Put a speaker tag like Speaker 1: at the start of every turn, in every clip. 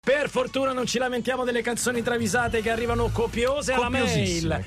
Speaker 1: Per fortuna non ci lamentiamo delle canzoni travisate che arrivano copiose alla mail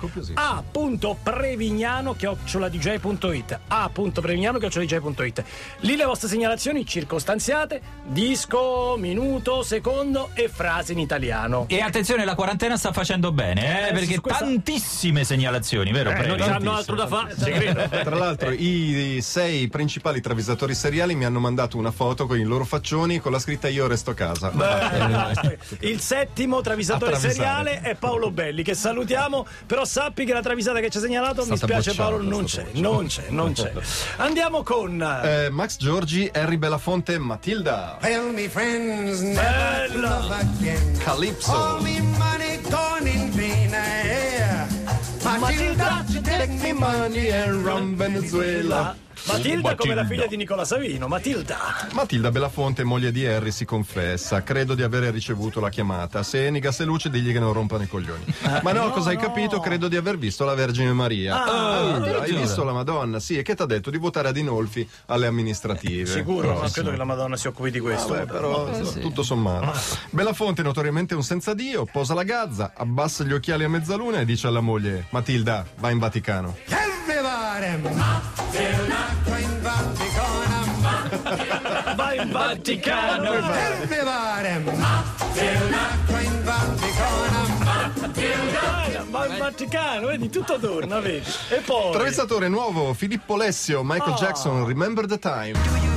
Speaker 1: a.prevignano@dj.it a.prevignano@dj.it. Lì le vostre segnalazioni circostanziate, disco, minuto, secondo e frase in italiano.
Speaker 2: E attenzione, la quarantena sta facendo bene, perché tantissime segnalazioni, vero?
Speaker 1: Non hanno altro da fare, ci credo.
Speaker 3: Tra l'altro i 6 principali travisatori seriali mi hanno mandato una foto con i loro faccioni con la scritta "Io resto a casa".
Speaker 1: Il 7° travisatore seriale è Paolo Belli, che salutiamo, però sappi che la travisata che ci ha segnalato, mi spiace Paolo, non c'è. Andiamo con
Speaker 3: Max Giorgi, Harry Belafonte, Matilda.
Speaker 4: Tell me friends never to love again.
Speaker 3: Calypso.
Speaker 4: All me money gone in vain. Matilda, take me money and run Venezuela.
Speaker 1: Matilda come la figlia di Nicola Savino. Matilda
Speaker 3: Belafonte, moglie di Harry, si confessa: credo di avere ricevuto la chiamata. Se è gas e luce, digli che non rompano i coglioni. Ma no, cosa hai capito? Credo di aver visto la Vergine Maria. Hai visto la Madonna? Sì, e che t'ha detto? Di votare Adinolfi alle amministrative.
Speaker 1: Sicuro? Non credo che la Madonna si occupi di questo.
Speaker 3: Però tutto sommato. Belafonte, notoriamente un senza Dio, posa la gazza, abbassa gli occhiali a mezzaluna e dice alla moglie: Matilda, va in Vaticano.
Speaker 1: Va in Vaticano. Va in Vaticano, vedi, tutto torna, vedi. E poi
Speaker 3: traversatore nuovo, Filippo Lessio, Michael Jackson, Remember the Time.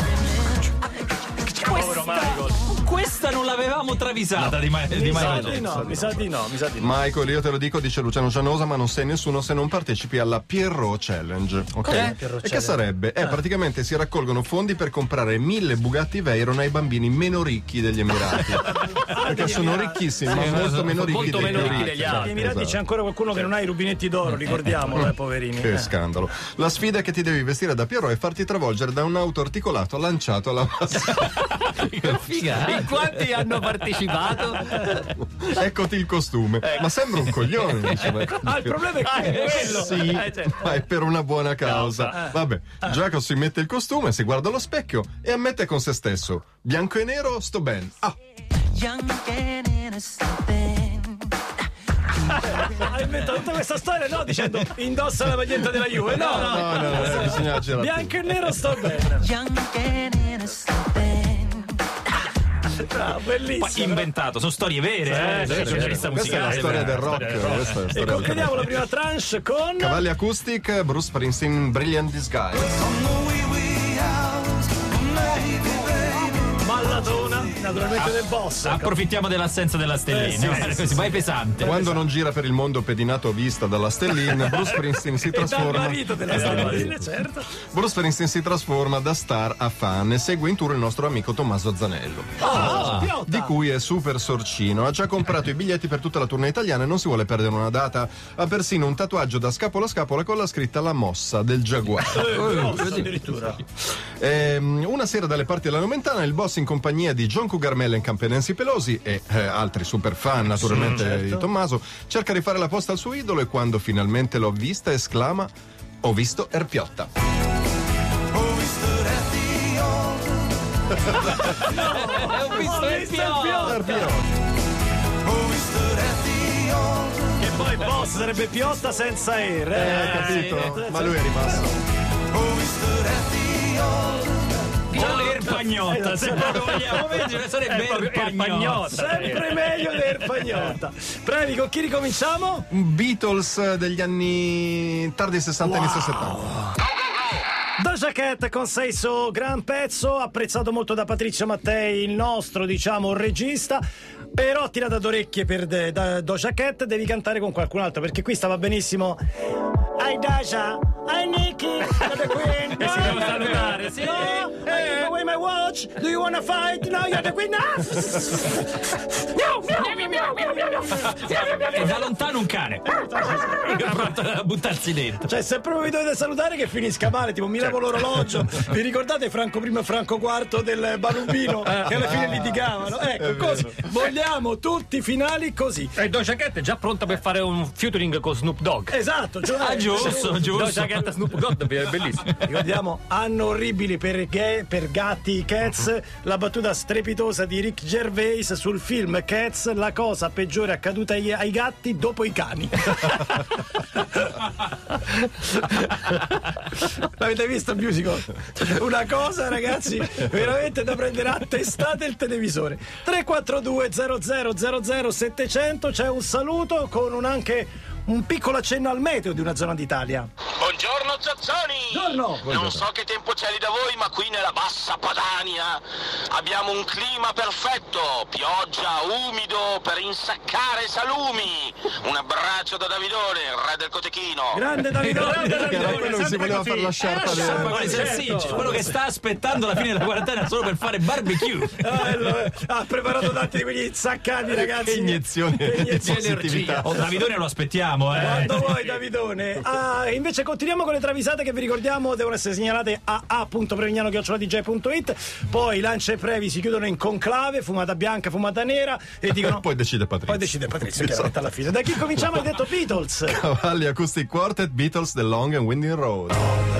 Speaker 2: Questa non l'avevamo travisata di Michael.
Speaker 1: Mi sa di no.
Speaker 3: Michael, io te lo dico, dice Luciano Cianosa, ma non sei nessuno se non partecipi alla Pierrot Challenge. Ok? E che sarebbe? Praticamente si raccolgono fondi per comprare 1000 Bugatti Veyron ai bambini meno ricchi degli Emirati. Perché sono ricchissimi, ma molto meno ricchi
Speaker 1: degli altri. Negli Emirati c'è ancora qualcuno che non ha i rubinetti d'oro, ricordiamolo, poverini.
Speaker 3: Che scandalo. La sfida è che ti devi vestire da Pierrot e farti travolgere da un auto articolato lanciato alla bassa.
Speaker 2: Che figa! In quanti hanno partecipato?
Speaker 3: Eccoti il costume. Ma sembra un coglione.
Speaker 1: Il problema è quello.
Speaker 3: Sì, ma è per una buona causa. Vabbè, Giacomo si mette il costume, si guarda allo specchio e ammette con se stesso: bianco e nero, sto ben.
Speaker 1: Ha inventato tutta questa storia, no? Dicendo indossa la maglietta della Juve. No,
Speaker 3: bisogna girare.
Speaker 1: Bianco e nero, sto bene. Bellissimo.
Speaker 2: Poi inventato, sono storie vere,
Speaker 3: questa è la storia del rock.
Speaker 1: E concludiamo la prima tranche con
Speaker 3: Cavalli Acoustic, Bruce Springsteen, Brilliant Disguise.
Speaker 1: Mallatona, naturalmente del boss.
Speaker 2: Approfittiamo dell'assenza della stellina, così vai pesante.
Speaker 3: Quando non gira per il mondo pedinato a vista dalla stellina, Bruce Springsteen si trasforma.
Speaker 1: Marito della stellina, certo.
Speaker 3: Bruce Springsteen si trasforma da star a fan e segue in tour il nostro amico Tommaso Zanello, di cui è super sorcino. Ha già comprato i biglietti per tutta la tournée italiana e non si vuole perdere una data. Ha persino un tatuaggio da scapola a scapola con la scritta La mossa del giaguaro.
Speaker 1: Addirittura.
Speaker 3: Una sera dalle parti della Nomentana, il boss in compagnia di John Cougar Mellencamp e Nancy Pelosi e altri super fan naturalmente di Tommaso, cerca di fare la posta al suo idolo e quando finalmente l'ho vista esclama: ho visto Erpiotta.
Speaker 4: Ho visto
Speaker 1: Erpiotta. Che poi boss sarebbe Piotta senza R.
Speaker 3: Capito? Ma lui è rimasto.
Speaker 4: Ho visto
Speaker 2: L'Erpagnotta, se proprio vogliamo vedere, sarebbe Erpagnotta.
Speaker 1: Sempre meglio l'Erpagnotta. Previ, con chi ricominciamo?
Speaker 3: Beatles degli anni tardi 60 inizio 70.
Speaker 1: Doja Cat con Say So, gran pezzo, apprezzato molto da Patrizio Mattei, il nostro, diciamo, regista. Però tirata d'orecchie per Doja Cat, devi cantare con qualcun altro, perché qui stava benissimo. Hi Doja, hi Nikki, the Queen.
Speaker 2: E si deve salutare, sì.
Speaker 1: No, I give away my watch. Do you wanna fight? No, you're the Queen. No,
Speaker 2: E da lontano un cane. Pronto a buttarsi dentro.
Speaker 1: Cioè, se proprio vi dovete salutare che finisca male, tipo mi lavo l'orologio. Vi ricordate Franco I e Franco IV del Balubino? Che alla fine litigavano. Ecco, così. Vogliamo tutti i finali così.
Speaker 5: E Doja Cat è già pronta per fare un featuring con Snoop Dogg.
Speaker 1: Esatto, cioè,
Speaker 2: giusto.
Speaker 5: Doja Cat e Snoop Dogg è bellissimo.
Speaker 1: Ricordiamo anno orribili per gatti Cats, la battuta strepitosa di Rick Gervais sul film Cats, la cosa peggiore accaduta ai gatti dopo i cani. L'avete visto il musical? Una cosa, ragazzi, veramente da prendere a testate il televisore. 342 00 700, c'è un saluto con anche un piccolo accenno al meteo di una zona d'Italia.
Speaker 6: Buongiorno Zazzoni!
Speaker 1: Buongiorno.
Speaker 6: Non so che tempo c'è lì da voi, ma qui nella bassa Padania abbiamo un clima perfetto, pioggia, umido per insaccare salumi. Un abbraccio da Davidone, il re del cotechino.
Speaker 1: Grande Davidone!
Speaker 3: Era quello che si voleva fare la sciarpa
Speaker 2: quello che sta aspettando la fine della quarantena solo per fare barbecue.
Speaker 1: Ha preparato tanti di quegli insaccati, ragazzi.
Speaker 3: Che iniezioni di positività.
Speaker 2: Davidone lo aspettiamo,
Speaker 1: Quando vuoi, Davidone. Invece continuiamo con le travisate che vi ricordiamo devono essere segnalate a a.prevignano@dj.it. Poi Lancia e Previ si chiudono in conclave, fumata bianca, fumata nera, e dicono
Speaker 3: Poi decide Patrizio.
Speaker 1: chiaramente alla fine. Da chi cominciamo? Hai detto Beatles.
Speaker 3: Cavalli Acoustic Quartet, Beatles, The Long and Winding Road.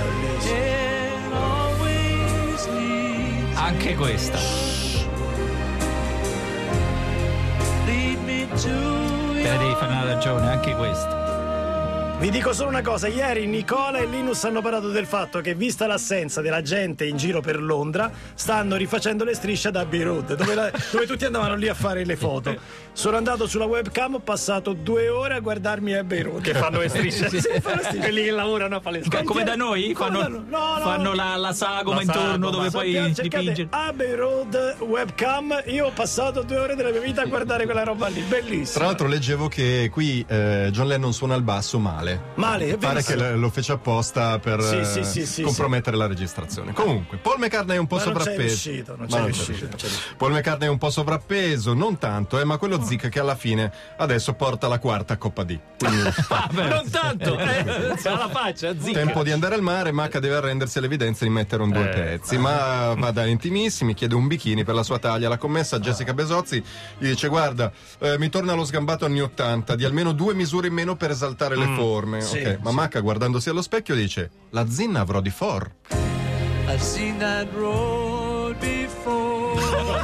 Speaker 2: Anche questa. Te ne devi fare una ragione, anche questa.
Speaker 1: Vi dico solo una cosa, ieri Nicola e Linus hanno parlato del fatto che, vista l'assenza della gente in giro per Londra, stanno rifacendo le strisce ad Abbey Road, dove tutti andavano lì a fare le foto. Sono andato sulla webcam, ho passato 2 ore a guardarmi Abbey Road.
Speaker 5: Che fanno le strisce.
Speaker 1: Sì, fanno le strisce.
Speaker 5: Quelli che lavorano a fare le strisce.
Speaker 2: Come da noi? Fanno la sagoma intorno dove poi dipinge.
Speaker 1: Abbey Road webcam, io ho passato 2 ore della mia vita a guardare quella roba lì, bellissima.
Speaker 3: Tra l'altro leggevo che qui John Lennon suona il basso male. Pare che lo fece apposta per compromettere la registrazione. Comunque, Paul McCartney è un po' sovrappeso.
Speaker 1: Non c'è riuscito.
Speaker 3: Paul McCartney è un po' sovrappeso, non tanto, ma quello Zic che alla fine adesso porta la 4ª Coppa D. Quindi,
Speaker 5: non tanto, alla faccia, Zic.
Speaker 3: Tempo di andare al mare, Macca deve arrendersi all'evidenza di mettere un 2 pezzi, ma va da intimissimi, chiede un bikini per la sua taglia. La commessa Jessica Besozzi gli dice: guarda, mi torna lo sgambato anni 80, di almeno 2 misure in meno per esaltare le forme. Ma Macca, guardandosi allo specchio, dice: la zinna avrò di for.
Speaker 7: I've seen that road before.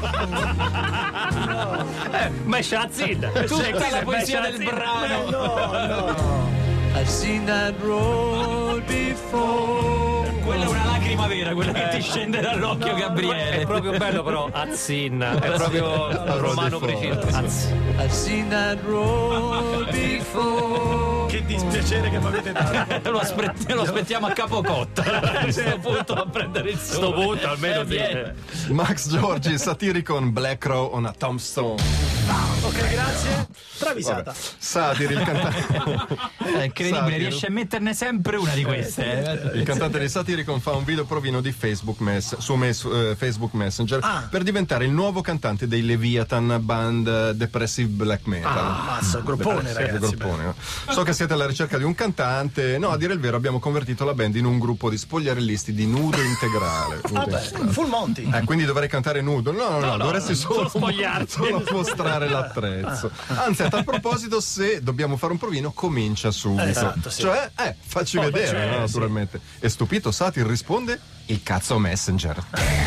Speaker 5: Ma c'è la zinna.
Speaker 2: Tutta la poesia del brano.
Speaker 1: No.
Speaker 7: I've seen that road before.
Speaker 2: Quella è una lacrima vera, quella che ti scende dall'occhio, Gabriele.
Speaker 5: È proprio bello, però Azzin è proprio romano preciso.
Speaker 7: I've seen that road before.
Speaker 1: Che dispiacere che mi avete dato.
Speaker 2: Lo aspettiamo a Capocotta. A questo punto a prendere il sole.
Speaker 5: Sto punto almeno
Speaker 2: viene.
Speaker 3: Max Giorgi, Satyricon, Black Crow on a Tombstone.
Speaker 1: Ok, grazie. Travisata.
Speaker 3: Satiri, il cantante.
Speaker 2: È incredibile, riesce a metterne sempre una di queste.
Speaker 3: Il cantante di Satyricon fa un video provino di Facebook Facebook Messenger per diventare il nuovo cantante dei Leviathan, band depressive black metal.
Speaker 1: Mazza, groppone, ragazzi.
Speaker 3: Groppone, no? So che siete alla ricerca di un cantante. No, a dire il vero, abbiamo convertito la band in un gruppo di spogliarellisti di nudo integrale.
Speaker 1: Full Monty.
Speaker 3: Quindi dovrei cantare nudo. No, dovresti solo
Speaker 5: spogliarti.
Speaker 3: solo mostrare l'attrezzo. Anzi, a tal proposito, se dobbiamo fare un provino, comincia subito.
Speaker 1: Esatto, sì.
Speaker 3: Cioè, facci vedere, no, naturalmente. E stupito Satir risponde: il cazzo Messenger.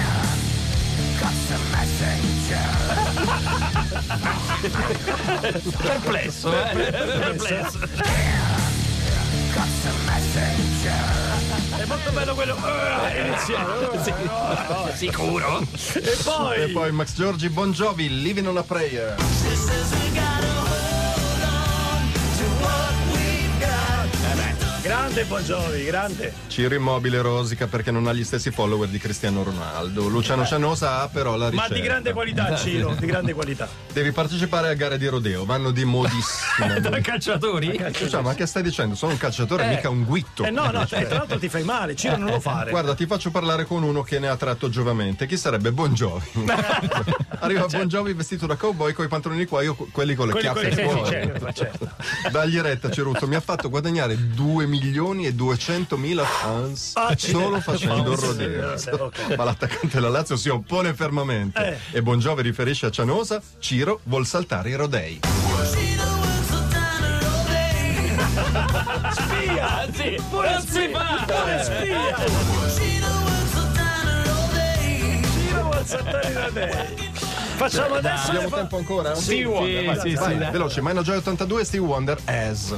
Speaker 2: Perplesso, perplesso.
Speaker 1: È molto bello quello.
Speaker 2: Sicuro.
Speaker 3: E poi Max Giorgi, Bon Jovi, Living on a Prayer.
Speaker 1: Grande Grande Bon Jovi, grande.
Speaker 3: Ciro Immobile rosica perché non ha gli stessi follower di Cristiano Ronaldo. Luciano Cianosa ha però la ricetta.
Speaker 1: Ma di grande qualità, Ciro, di grande qualità.
Speaker 3: Devi partecipare a gare di rodeo, vanno di modissima.
Speaker 2: Da calciatori?
Speaker 3: Cioè, ma che stai dicendo? Sono un calciatore, mica un guitto.
Speaker 1: No, tra l'altro ti fai male, Ciro non lo fare.
Speaker 3: Guarda, ti faccio parlare con uno che ne ha tratto giovamente. Chi sarebbe Bon Jovi? Arriva Bon Jovi vestito da cowboy con i pantaloni qua, io quelli con le chiappe fuori.
Speaker 1: Certo.
Speaker 3: Dagli retta, Ceruzzo, mi ha fatto guadagnare 2.200.000 fans solo facendo il rodeo.
Speaker 1: Okay.
Speaker 3: Ma l'attaccante della Lazio si oppone fermamente e Bon Jovi riferisce a Cianosa: Ciro vuol saltare i rodei.
Speaker 1: Spia!
Speaker 2: Sì,
Speaker 1: Pure
Speaker 2: non si fa!
Speaker 1: Pure spia! Ciro vuol saltare i rodei. Facciamo adesso.
Speaker 3: Abbiamo tempo ancora?
Speaker 2: Stevie Wonder,
Speaker 3: vai, veloce. Mino Joy 82, Stevie Wonder, As.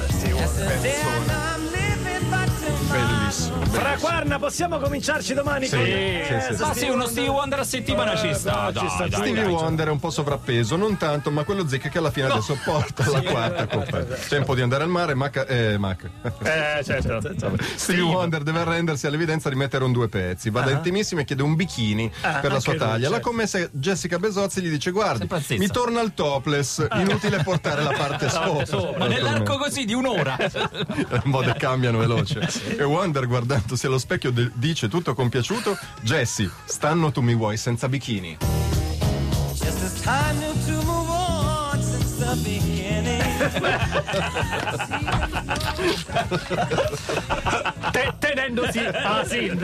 Speaker 3: Bellissimo.
Speaker 1: Fraquarna, possiamo cominciarci domani?
Speaker 3: Sì.
Speaker 2: Ma sì, uno Stevie Wonder a settimana ci sta. Dai.
Speaker 3: Stevie Wonder è un po' sovrappeso, non tanto, ma quello zecca che alla fine adesso porta la quarta coppa. Tempo di andare al mare, Mac.
Speaker 5: Certo.
Speaker 3: Stevie Wonder deve arrendersi all'evidenza di mettere un 2 pezzi. Va da intimissimi e chiede un bikini per la sua taglia. La commessa Jessica Besozzi gli dice: guardi, mi torna il topless, inutile portare la parte sopra.
Speaker 2: Ma nell'arco così di un'ora.
Speaker 3: Le mode cambiano veloce. E Wonder, guardandosi allo specchio, dice tutto compiaciuto: Jessie, stanno tu mi vuoi senza bikini.
Speaker 7: Just as time to move on since the beginning.
Speaker 5: Tenendosi Asin.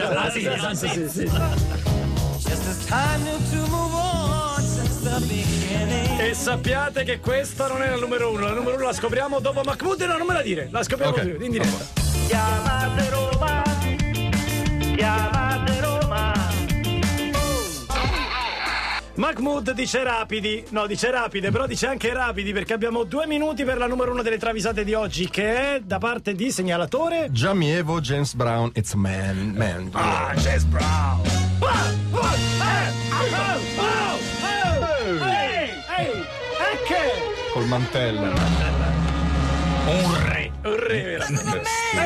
Speaker 7: Just as time to move on since the beginning.
Speaker 1: E sappiate che questa non è la numero 1. La numero 1 la scopriamo dopo Mahmood. No, non me la dire. La scopriamo in diretta.
Speaker 7: Chiamate Roma.
Speaker 1: Mahmood dice rapidi, dice rapide, però dice anche rapidi perché abbiamo 2 minuti per la numero 1 delle travisate di oggi, che è da parte di segnalatore
Speaker 3: Jamievo, James Brown, It's Man.
Speaker 1: James Brown.
Speaker 3: Col mantello.
Speaker 1: Un re veramente.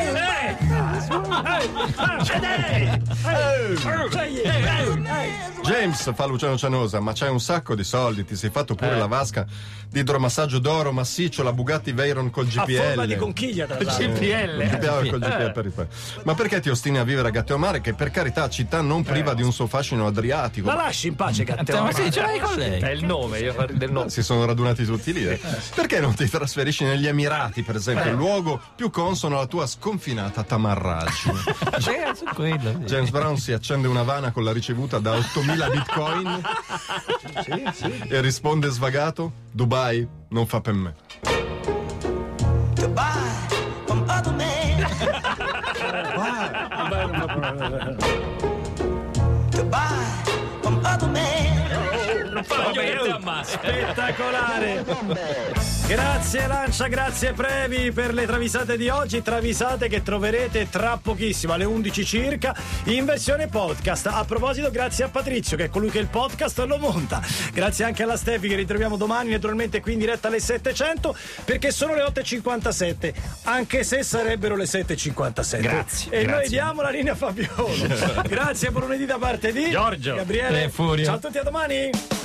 Speaker 3: James, fa Luciano Cianosa, ma c'hai un sacco di soldi, ti sei fatto pure la vasca di idromassaggio d'oro massiccio, la Bugatti Veyron col GPL.
Speaker 1: A forma di conchiglia, tra l'altro.
Speaker 3: GPL. Ma perché ti ostini a vivere a Gatteomare, che per carità città non priva di un suo fascino adriatico?
Speaker 1: La lasci in pace,
Speaker 2: Ma sì, ce l'hai con lei.
Speaker 5: È il nome, io farei del nome.
Speaker 3: Si sono radunati tutti lì. Perché non ti trasferisci negli Emirati, per esempio, il luogo più consono alla tua sconfinata tamarraggine? James Brown si accende una vana con la ricevuta da 8.000 bitcoin e risponde svagato: Dubai non fa per me.
Speaker 7: Goodbye from other men. Goodbye from other men.
Speaker 1: Spettacolare. Grazie Lancia, grazie Previ per le travisate di oggi, travisate che troverete tra pochissimo alle 11 circa in versione podcast. A proposito, grazie a Patrizio che è colui che il podcast lo monta, grazie anche alla Stefi che ritroviamo domani naturalmente qui in diretta alle 7:00 perché sono le 8:57 anche se sarebbero le 7:57.
Speaker 2: Grazie.
Speaker 1: Noi diamo la linea a Fabiolo. Grazie, buon lunedì da parte di
Speaker 5: Giorgio,
Speaker 1: Gabriele.
Speaker 2: Furio.
Speaker 1: Ciao a tutti, a domani.